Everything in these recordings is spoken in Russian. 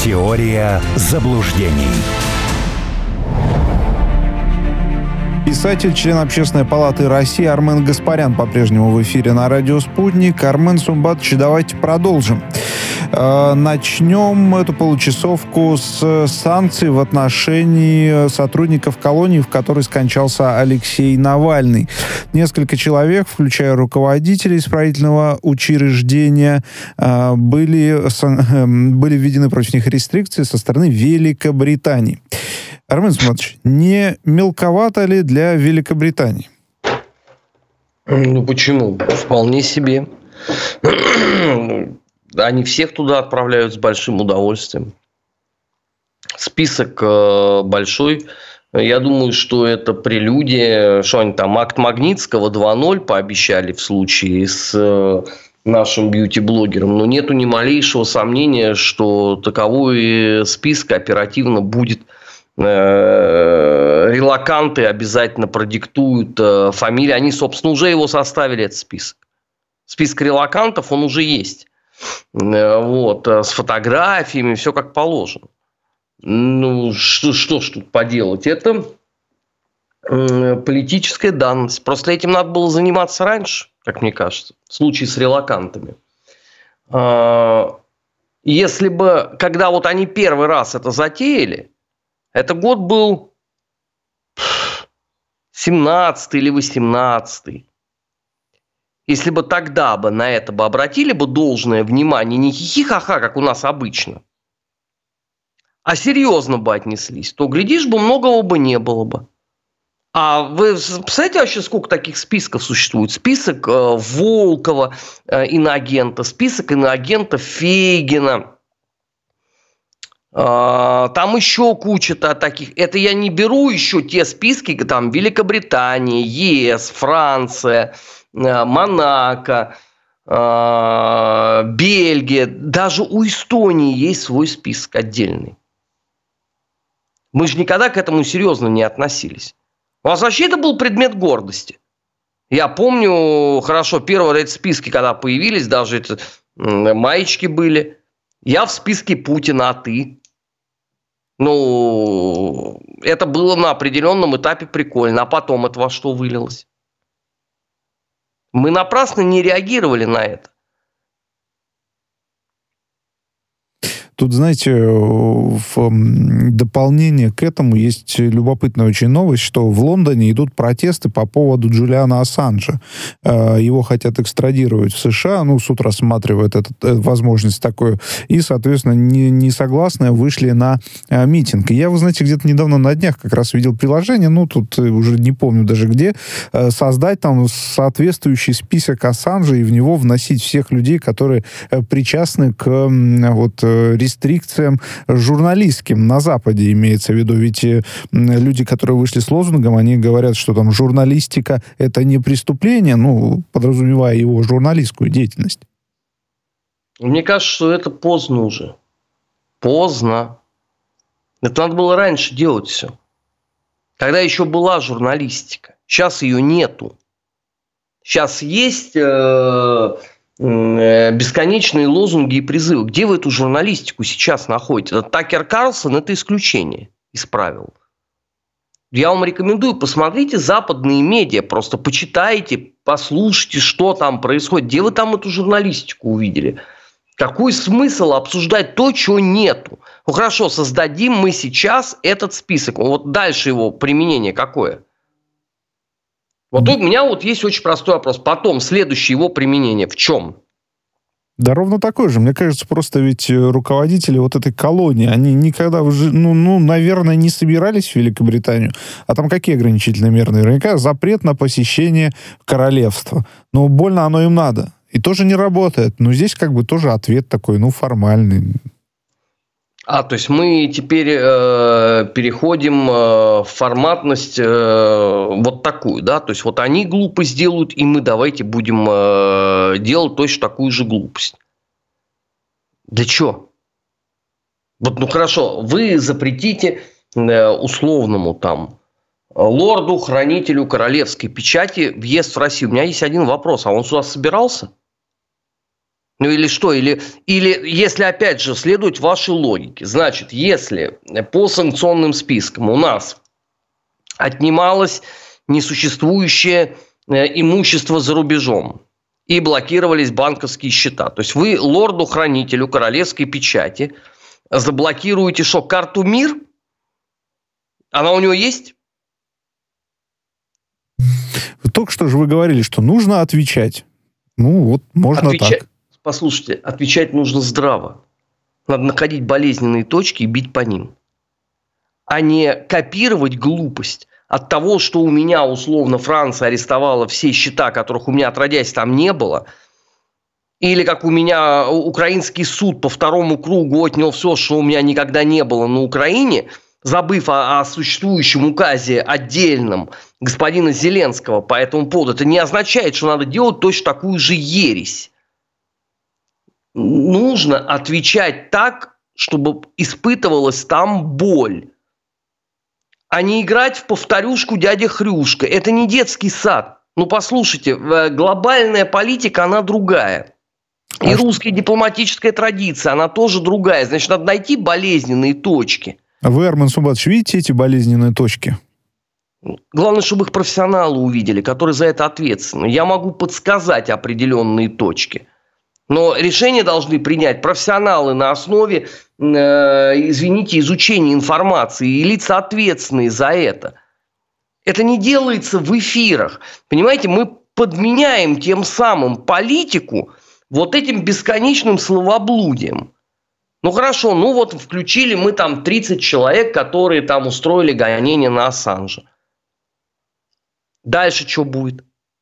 Теория заблуждений. Писатель, член Общественной палаты России Армен Гаспарян по-прежнему в эфире на радио «Спутник». Армен Сумбатович, давайте продолжим. Начнем эту получасовку с санкций в отношении сотрудников колонии, в которой скончался Алексей Навальный. Несколько человек, включая руководителей исправительного учреждения, были введены против них рестрикции со стороны Великобритании. Армен Сумбатович, не мелковато ли для Великобритании? Ну, почему? Вполне себе. Они всех туда отправляют с большим удовольствием. Список большой. Я думаю, что это прелюдия, что они там, акт Магнитского 2.0 пообещали в случае с нашим бьюти-блогером. Но нету ни малейшего сомнения, что таковой список оперативно будет. Релаканты обязательно продиктуют фамилии. Они, собственно, уже его составили, этот список. Список релакантов, он уже есть. Вот, с фотографиями, все как положено. Ну, что ж тут поделать? Это политическая данность. Просто этим надо было заниматься раньше, как мне кажется, в случае с релакантами. Если бы, когда вот они первый раз это затеяли, это год был 17-й или 18-й. Если бы тогда бы на это бы обратили бы должное внимание, не хихи-ха-ха, как у нас обычно, а серьезно бы отнеслись, то, глядишь бы, многого бы не было бы. А вы представляете вообще, сколько таких списков существует? Список Волкова, иноагента, список иноагента Фейгина. Там еще куча-то таких. Это я не беру еще те списки, там Великобритания, ЕС, Франция, Монако, Бельгия. Даже у Эстонии есть свой список отдельный. Мы же никогда к этому серьезно не относились. У нас вообще это был предмет гордости. Я помню хорошо, первые эти списки, когда появились, даже это, маечки были. Я в списке Путина, а ты? Ну, это было на определенном этапе прикольно. А потом это во что вылилось? Мы напрасно не реагировали на это. Тут, знаете, в дополнение к этому есть любопытная очень новость, что в Лондоне идут протесты по поводу Джулиана Ассанжа. Его хотят экстрадировать в США, суд рассматривает эту возможность такую, и, соответственно, несогласные вышли на митинг. И я, вы знаете, где-то недавно на днях как раз видел приложение, тут уже не помню даже где, создать там соответствующий список Ассанжа и в него вносить всех людей, которые причастны к рестрикциям журналистским на Западе, имеется в виду. Ведь люди, которые вышли с лозунгом, они говорят, что там журналистика — это не преступление, подразумевая его журналистскую деятельность. Мне кажется, что это поздно уже. Поздно. Это надо было раньше делать все. Когда еще была журналистика. Сейчас ее нету. Сейчас есть бесконечные лозунги и призывы. Где вы эту журналистику сейчас находите? Такер Карлсон – это исключение из правил. Я вам рекомендую, посмотрите западные медиа, просто почитайте, послушайте, что там происходит. Где вы там эту журналистику увидели? Какой смысл обсуждать то, чего нету? Хорошо, создадим мы сейчас этот список. Вот дальше его применение какое? Вот у меня есть очень простой вопрос. Потом, следующее его применение в чем? Да ровно такой же. Мне кажется, просто ведь руководители этой колонии, они никогда уже, наверное, не собирались в Великобританию. А там какие ограничительные меры? Наверняка запрет на посещение королевства. Но больно оно им надо. И тоже не работает. Но здесь тоже ответ такой, формальный. То есть мы теперь переходим в форматность вот такую, да? То есть они глупость делают, и мы давайте будем делать точно такую же глупость. Для чего? Хорошо, вы запретите условному лорду-хранителю королевской печати въезд в Россию. У меня есть один вопрос, а он сюда собирался? Ну или что? Или если, опять же, следовать вашей логике, значит, если по санкционным спискам у нас отнималось несуществующее имущество за рубежом и блокировались банковские счета, то есть вы лорду-хранителю королевской печати заблокируете что, карту МИР? Она у него есть? Только что же вы говорили, что нужно отвечать. Ну вот, можно так. Послушайте, отвечать нужно здраво. Надо находить болезненные точки и бить по ним. А не копировать глупость от того, что у меня, условно, Франция арестовала все счета, которых у меня отродясь там не было. Или как у меня украинский суд по второму кругу отнял все, что у меня никогда не было на Украине, забыв о существующем указе отдельном господина Зеленского по этому поводу. Это не означает, что надо делать точно такую же ересь. Нужно отвечать так, чтобы испытывалась там боль. А не играть в повторюшку дядя Хрюшка. Это не детский сад. Ну, послушайте, глобальная политика, она другая. И русская дипломатическая традиция, она тоже другая. Значит, надо найти болезненные точки. А вы, Армен Сумбатович, видите эти болезненные точки? Главное, чтобы их профессионалы увидели, которые за это ответственны. Я могу подсказать определенные точки. Но решения должны принять профессионалы на основе, изучения информации и лица, ответственные за это. Это не делается в эфирах. Понимаете, мы подменяем тем самым политику вот этим бесконечным словоблудием. Ну хорошо, ну вот включили мы там 30 человек, которые там устроили гонение на Ассанжа. Дальше что будет?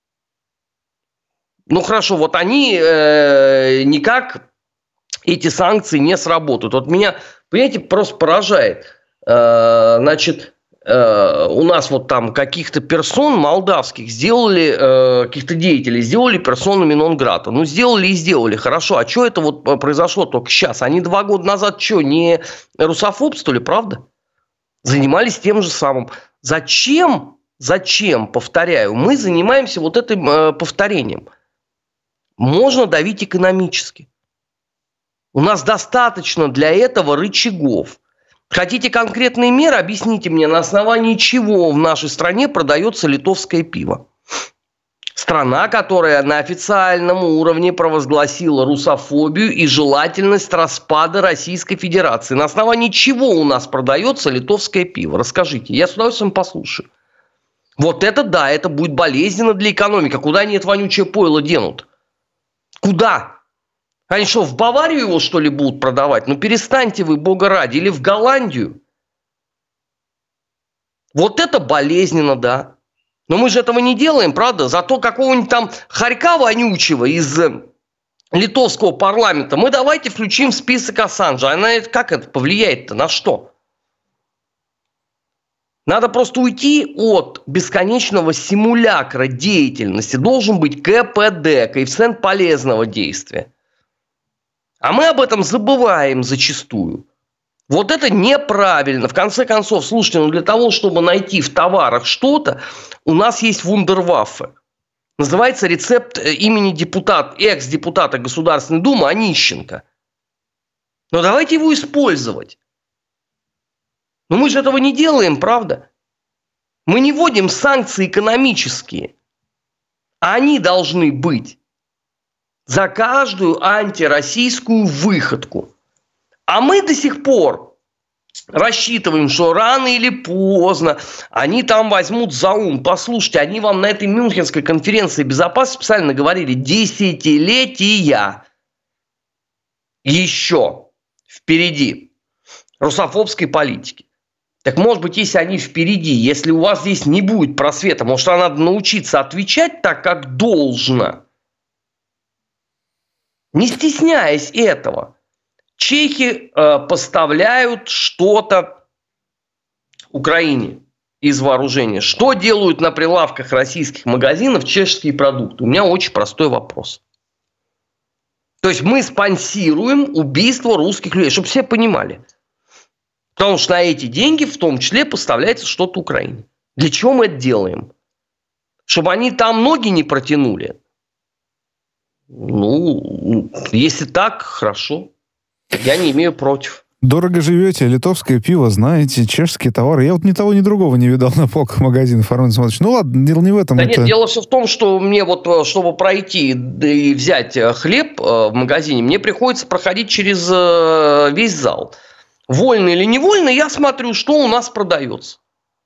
Ну хорошо, вот они никак эти санкции не сработают. Вот меня, понимаете, просто поражает. Значит, у нас вот там каких-то персон молдавских сделали, каких-то деятелей сделали персонами нон-грата. Ну, сделали и сделали, хорошо. А что это вот произошло только сейчас? Они 2 года назад что, не русофобствовали, правда? Занимались тем же самым. Зачем, повторяю, мы занимаемся вот этим повторением? Можно давить экономически. У нас достаточно для этого рычагов. Хотите конкретные меры? Объясните мне, на основании чего в нашей стране продается литовское пиво? Страна, которая на официальном уровне провозгласила русофобию и желательность распада Российской Федерации. На основании чего у нас продается литовское пиво? Расскажите, я с удовольствием послушаю. Вот это да, это будет болезненно для экономики. Куда они это вонючее пойло денут? Куда? Они что, в Баварию его, что ли, будут продавать? Ну, перестаньте вы, бога ради. Или в Голландию? Вот это болезненно, да. Но мы же этого не делаем, правда? Зато какого-нибудь там хорька вонючего из литовского парламента мы давайте включим в список Ассанжа. А как это повлияет-то? На что? Надо просто уйти от бесконечного симулякра деятельности. Должен быть КПД, коэффициент полезного действия. А мы об этом забываем зачастую. Вот это неправильно. В конце концов, слушайте, ну для того, чтобы найти в товарах что-то, у нас есть вундерваффе. Называется рецепт имени экс-депутата Государственной Думы Онищенко. Но давайте его использовать. Но мы же этого не делаем, правда? Мы не вводим санкции экономические. А они должны быть за каждую антироссийскую выходку. А мы до сих пор рассчитываем, что рано или поздно они там возьмут за ум. Послушайте, они вам на этой Мюнхенской конференции безопасности специально говорили: десятилетия еще впереди русофобской политики. Так может быть, если они впереди, если у вас здесь не будет просвета, может, надо научиться отвечать так, как должно, не стесняясь этого. Чехи поставляют что-то Украине из вооружения. Что делают на прилавках российских магазинов чешские продукты? У меня очень простой вопрос. То есть мы спонсируем убийство русских людей, чтобы все понимали. Потому что на эти деньги в том числе поставляется что-то Украине. Для чего мы это делаем? Чтобы они там ноги не протянули? Ну, если так, хорошо. Я не имею против. Дорого живете, литовское пиво, знаете, чешские товары. Я вот ни того, ни другого не видал на полках магазинов. Армен Смолович, ну ладно, дело не в этом. Да нет, дело все в том, что мне вот, чтобы пройти и взять хлеб в магазине, мне приходится проходить через весь зал. Вольно или невольно я смотрю, что у нас продается.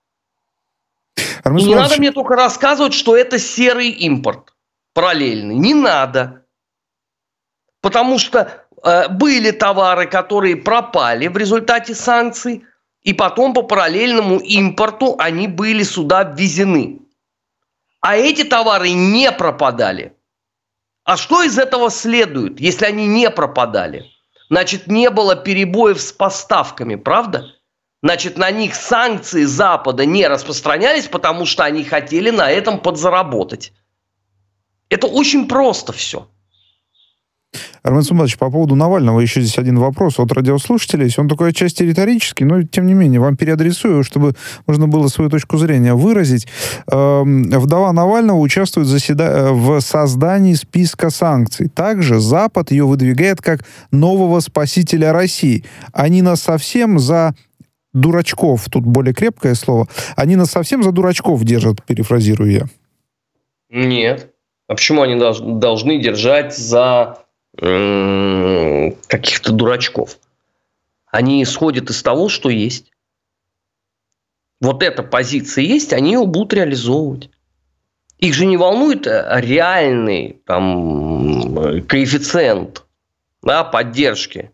Армен И не Смолович... надо мне только рассказывать, что это серый импорт параллельный. Не надо. Потому что были товары, которые пропали в результате санкций, и потом по параллельному импорту они были сюда ввезены. А эти товары не пропадали. А что из этого следует, если они не пропадали? Значит, не было перебоев с поставками, правда? Значит, на них санкции Запада не распространялись, потому что они хотели на этом подзаработать. Это очень просто все. Армен Смолович, по поводу Навального еще здесь один вопрос от радиослушателей. Он такой отчасти риторический, но тем не менее вам переадресую, чтобы можно было свою точку зрения выразить. Вдова Навального участвует в создании списка санкций. Также Запад ее выдвигает как нового спасителя России. Они нас совсем за дурачков, тут более крепкое слово, они нас совсем за дурачков держат, перефразирую я. Нет. А почему они должны держать за каких-то дурачков? Они исходят из того, что есть. Вот эта позиция есть, они ее будут реализовывать. Их же не волнует реальный там, коэффициент, да, поддержки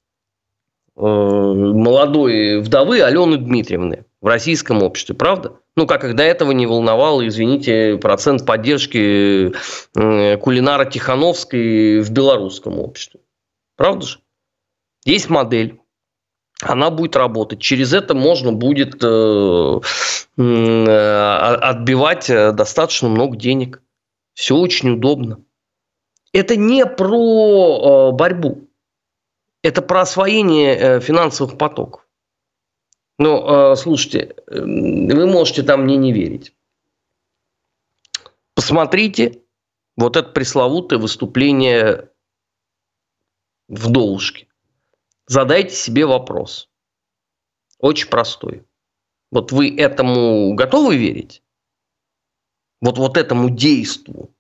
молодой вдовы Алены Дмитриевны в российском обществе, правда? Ну, как их до этого не волновал, извините, процент поддержки кулинара Тихановской в белорусском обществе. Правда же? Есть модель. Она будет работать. Через это можно будет отбивать достаточно много денег. Все очень удобно. Это не про борьбу. Это про освоение финансовых потоков. Но, слушайте, вы можете там мне не верить. Посмотрите вот это пресловутое выступление Вдовушки. Задайте себе вопрос. Очень простой. Вот вы этому готовы верить? Вот этому действу?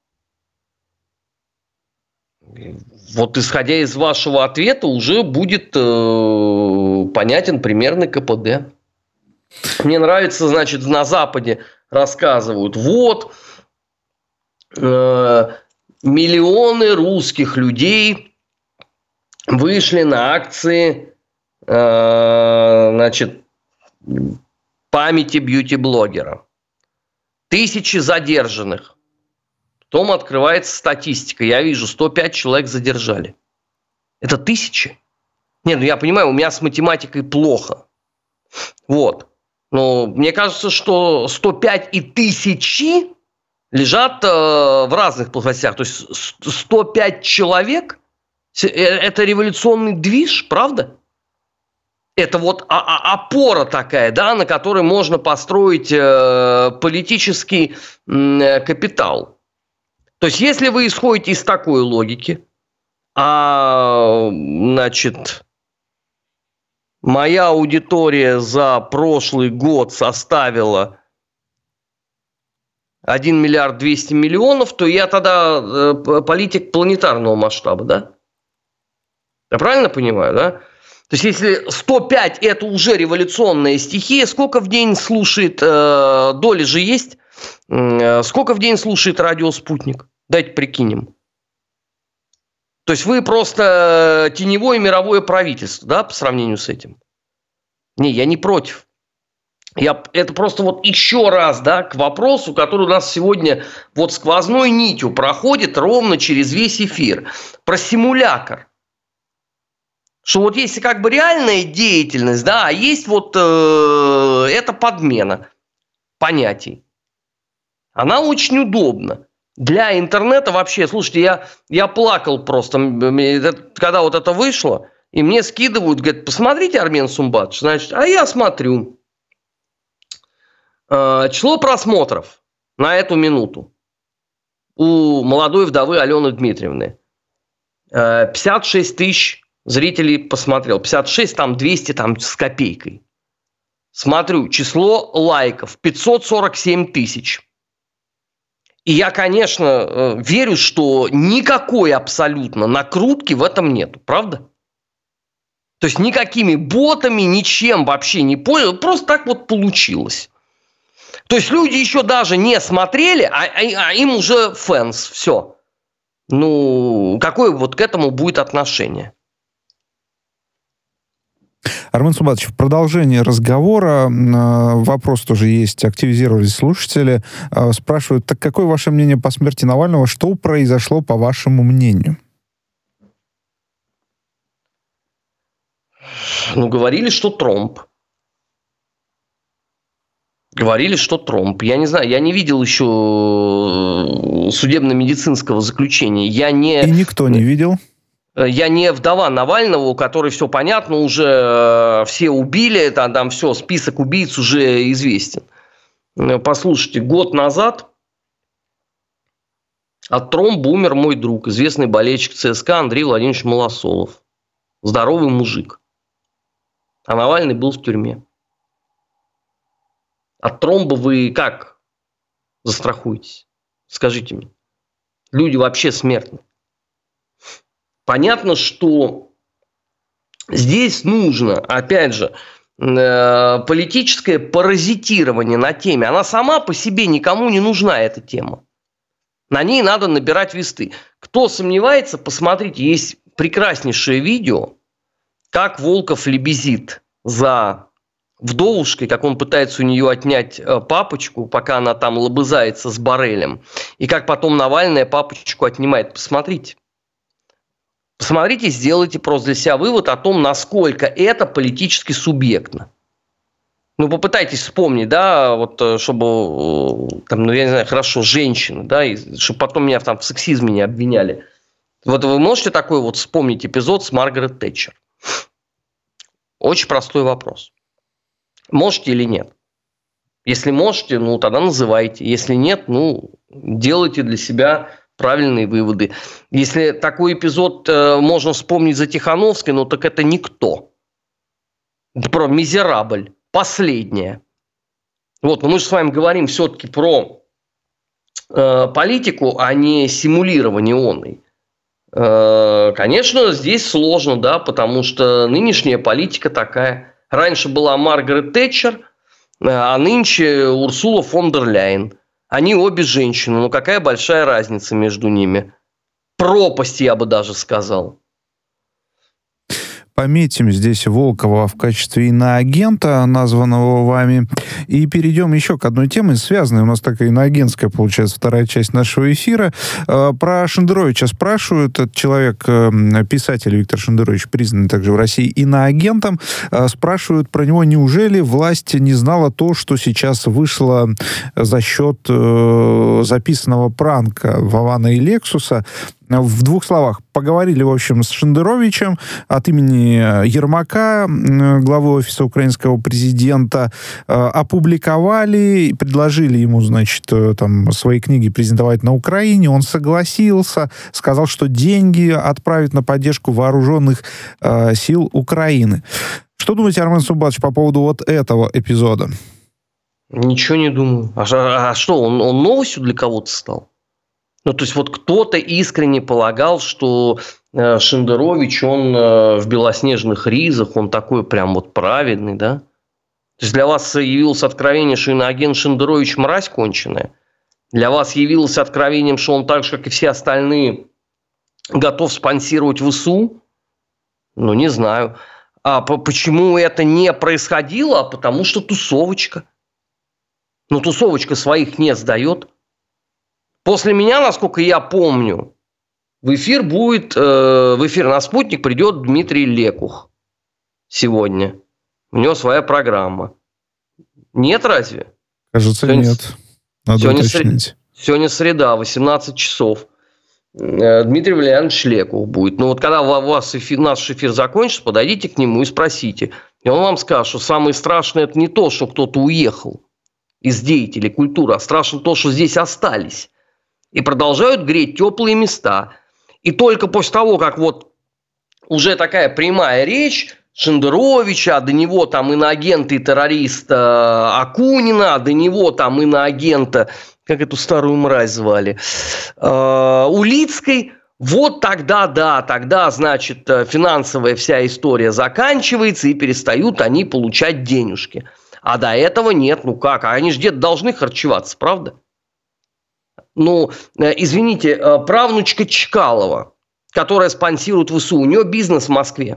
Вот исходя из вашего ответа уже будет понятен примерный КПД. Мне нравится, значит, на Западе рассказывают, вот миллионы русских людей вышли на акции, значит, памяти бьюти-блогера. 1000 задержанных. Потом открывается статистика. Я вижу, 105 человек задержали. Это 1000? Нет, ну я понимаю, у меня с математикой плохо. Вот. Но мне кажется, что 105 и 1000 лежат в разных плоскостях. То есть 105 человек – это революционный движ, правда? Это вот опора такая, да, на которой можно построить политический капитал. То есть, если вы исходите из такой логики, значит, моя аудитория за прошлый год составила 1 миллиард 200 миллионов, то я тогда политик планетарного масштаба, да? Я правильно понимаю, да? То есть, если 105 – это уже революционная стихия, сколько в день слушает, доли же есть, сколько в день слушает радио «Спутник»? Давайте прикинем. То есть, вы просто теневое мировое правительство, да, по сравнению с этим? Не, я не против. Это просто вот еще раз, да, к вопросу, который у нас сегодня вот сквозной нитью проходит ровно через весь эфир. Про симулятор. Что вот есть как бы реальная деятельность, да, а есть вот это подмена понятий. Она очень удобна. Для интернета вообще, слушайте, я плакал просто, когда вот это вышло, и мне скидывают, говорят, посмотрите, Армен Сумбатович, значит, а я смотрю. Число просмотров на эту минуту у молодой вдовы Алены Дмитриевны. 56 тысяч зрителей посмотрел. 56, там 200 там, с копейкой. Смотрю, число лайков 547 тысяч. И я, конечно, верю, что никакой абсолютно накрутки в этом нету. Правда? То есть никакими ботами, ничем вообще не понял. Просто так вот получилось. То есть люди еще даже не смотрели, а им уже фэнс. Все. Ну, какое вот к этому будет отношение? Армен Сумбатович, в продолжение разговора вопрос тоже есть. Активизировались слушатели. Спрашивают, так какое ваше мнение по смерти Навального? Что произошло, по вашему мнению? Ну, говорили, что тромб. Говорили, что тромб. Я не знаю, я не видел еще судебно-медицинского заключения. И никто не видел? Я не вдова Навального, у которой все понятно, уже все убили, там все, список убийц уже известен. Послушайте, год назад от тромба умер мой друг, известный болельщик ЦСКА Андрей Владимирович Малосолов. Здоровый мужик. А Навальный был в тюрьме. От тромба вы как застрахуетесь? Скажите мне. Люди вообще смертны. Понятно, что здесь нужно, опять же, политическое паразитирование на теме. Она сама по себе никому не нужна, эта тема. На ней надо набирать весты. Кто сомневается, посмотрите, есть прекраснейшее видео, как Волков лебезит за вдовушкой, как он пытается у нее отнять папочку, пока она там лобызается с Боррелем, и как потом Навальная папочку отнимает. Посмотрите. Посмотрите, сделайте просто для себя вывод о том, насколько это политически субъектно. Ну, попытайтесь вспомнить, да, вот, чтобы, там, ну, я не знаю, хорошо, женщины, да, и чтобы потом меня там в сексизме не обвиняли. Вот вы можете такой вот вспомнить эпизод с Маргарет Тэтчер? Очень простой вопрос. Можете или нет? Если можете, ну, тогда называйте. Если нет, ну, делайте для себя правильные выводы. Если такой эпизод можно вспомнить за Тихановской, ну, так это никто. Про мизерабль. Последняя. Вот, но мы же с вами говорим все-таки про политику, а не симулирование оной. Конечно, здесь сложно, да, потому что нынешняя политика такая. Раньше была Маргарет Тэтчер, а нынче Урсула фон дер Ляйен. Они обе женщины, но какая большая разница между ними? Пропасть, я бы даже сказал. Пометим здесь Волкова в качестве иноагента, названного вами, и перейдем еще к одной теме, связанной. У нас такая иноагентская, получается, вторая часть нашего эфира. Про Шендеровича спрашивают. Этот человек, писатель Виктор Шендерович, признанный также в России иноагентом. Спрашивают про него, неужели власть не знала то, что сейчас вышло за счет записанного пранка Вована и Лексуса. В двух словах, поговорили, в общем, с Шендеровичем от имени Ермака, главы офиса украинского президента, опубликовали, предложили ему, значит, там, свои книги презентовать на Украине. Он согласился, сказал, что деньги отправит на поддержку вооруженных сил Украины. Что думаете, Армен Сумбатович, по поводу вот этого эпизода? Ничего не думаю. А что, он новостью для кого-то стал? Ну, то есть, вот кто-то искренне полагал, что Шендерович, он в белоснежных ризах, он такой прям вот праведный, да? То есть, для вас явилось откровение, что иноагент Шендерович мразь конченая? Для вас явилось откровением, что он так же, как и все остальные, готов спонсировать ВСУ? Ну, не знаю. А почему это не происходило? Потому что тусовочка. Ну, тусовочка своих не сдает. После меня, насколько я помню, в эфир на «Спутник» придет Дмитрий Лекух сегодня. У него своя программа. Нет разве? Кажется, сегодня, нет. Надо уточнить. Сегодня среда, 18 часов. Дмитрий Валерьянович Лекух будет. Ну вот когда у вас наш эфир закончится, подойдите к нему и спросите. И он вам скажет, что самое страшное – это не то, что кто-то уехал из деятелей культуры, а страшно то, что здесь остались. и продолжают греть теплые места. И только после того, как вот уже такая прямая речь Шендеровича, а до него там иноагента и террориста Акунина, а до него там иноагента, как эту старую мразь звали, Улицкой, вот тогда, да, тогда, значит, финансовая вся история заканчивается и перестают они получать денежки. А до этого нет, ну как, они же где-то должны харчеваться, правда? Ну, извините, правнучка Чкалова, которая спонсирует ВСУ, у нее бизнес в Москве.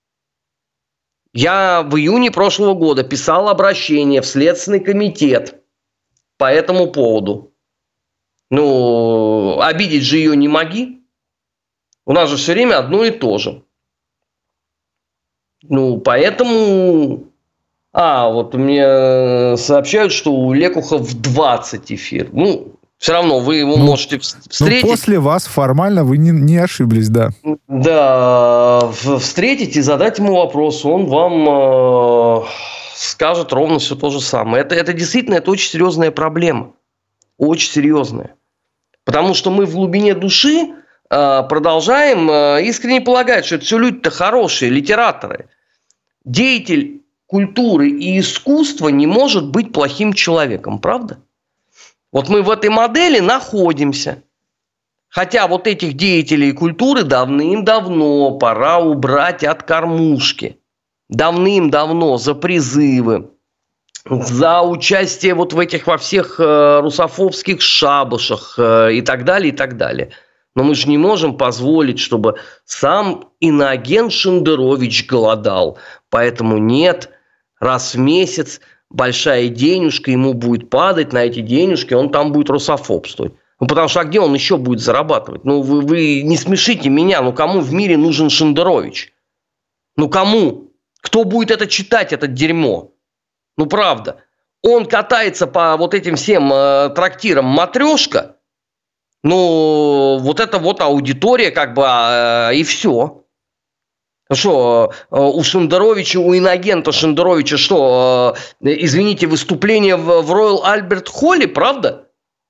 Я в июне прошлого года писал обращение в Следственный комитет по этому поводу. Ну, обидеть же ее не моги. У нас же все время одно и то же. Ну, поэтому... вот мне сообщают, что у Лекуха в 20 эфир. Ну, все равно вы его можете встретить. После вас формально вы не ошиблись, да. Да, встретить и задать ему вопрос. Он вам скажет ровно все то же самое. Это действительно это очень серьезная проблема. Очень серьезная. Потому что мы в глубине души продолжаем искренне полагать, что это все люди-то хорошие, литераторы. Деятель культуры и искусства не может быть плохим человеком, правда? Вот мы в этой модели находимся. Хотя вот этих деятелей культуры давным-давно пора убрать от кормушки. Давным-давно за призывы, за участие вот в этих во всех русофобских шабашах и так далее, и так далее. Но мы же не можем позволить, чтобы сам иноагент Шендерович голодал. Поэтому нет, раз в месяц большая денежка ему будет падать, на эти денежки он там будет русофобствовать. Ну, потому что где он еще будет зарабатывать? Ну, вы не смешите меня, ну, кому в мире нужен Шендерович? Ну, кому? Кто будет это читать, это дерьмо? Ну, правда. Он катается по вот этим всем трактирам «Матрешка». Ну, вот это вот аудитория, как бы, и все. Что, у Шендеровича, у иноагента Шендеровича, что, извините, выступление в Royal Albert Hall, правда?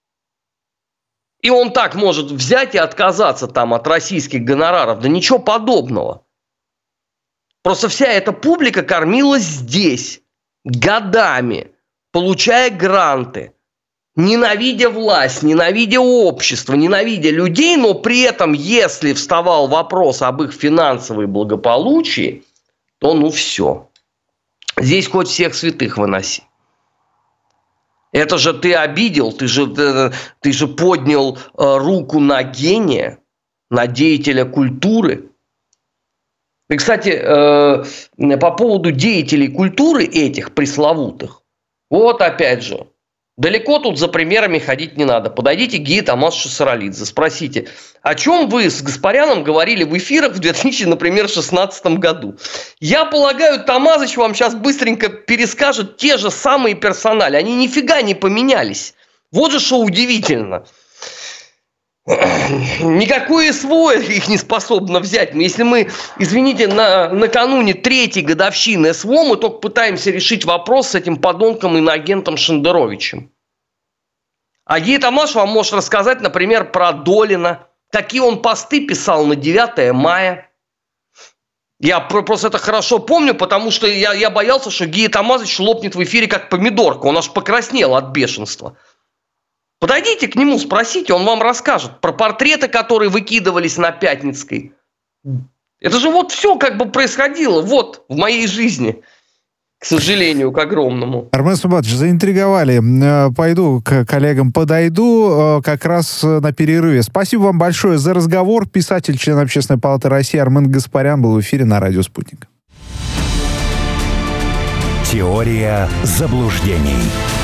И он так может взять и отказаться там от российских гонораров. Да ничего подобного. Просто вся эта публика кормилась здесь годами, получая гранты, ненавидя власть, ненавидя общество, ненавидя людей, но при этом, если вставал вопрос об их финансовой благополучии, то ну все. Здесь хоть всех святых выноси. Это же ты обидел, ты же поднял руку на гения, на деятеля культуры. И, кстати, по поводу деятелей культуры этих пресловутых, вот опять же, далеко тут за примерами ходить не надо. Подойдите к Гии Томасовичу Саралидзе, спросите, о чем вы с Гаспаряном говорили в эфирах в 2016 году. Я полагаю, Томазыч вам сейчас быстренько перескажет те же самые персонали. Они нифига не поменялись. Вот же что удивительно. Никакое СВО их не способно взять. Если мы, извините, накануне 3-й годовщины СВО, мы только пытаемся решить вопрос с этим подонком иноагентом Шендеровичем. А Гия Томаш вам может рассказать, например, про Долина, какие он посты писал на 9 мая. Я просто это хорошо помню, потому что я боялся, что Гия Томазович лопнет в эфире как помидорка. Он аж покраснел от бешенства. Подойдите к нему, спросите, он вам расскажет про портреты, которые выкидывались на Пятницкой. Это же вот все как бы происходило вот в моей жизни, к сожалению, к огромному. Армен Сумбатович, заинтриговали. Пойду к коллегам подойду как раз на перерыве. Спасибо вам большое за разговор. Писатель, член Общественной палаты России Армен Гаспарян был в эфире на радио «Спутник». Теория заблуждений.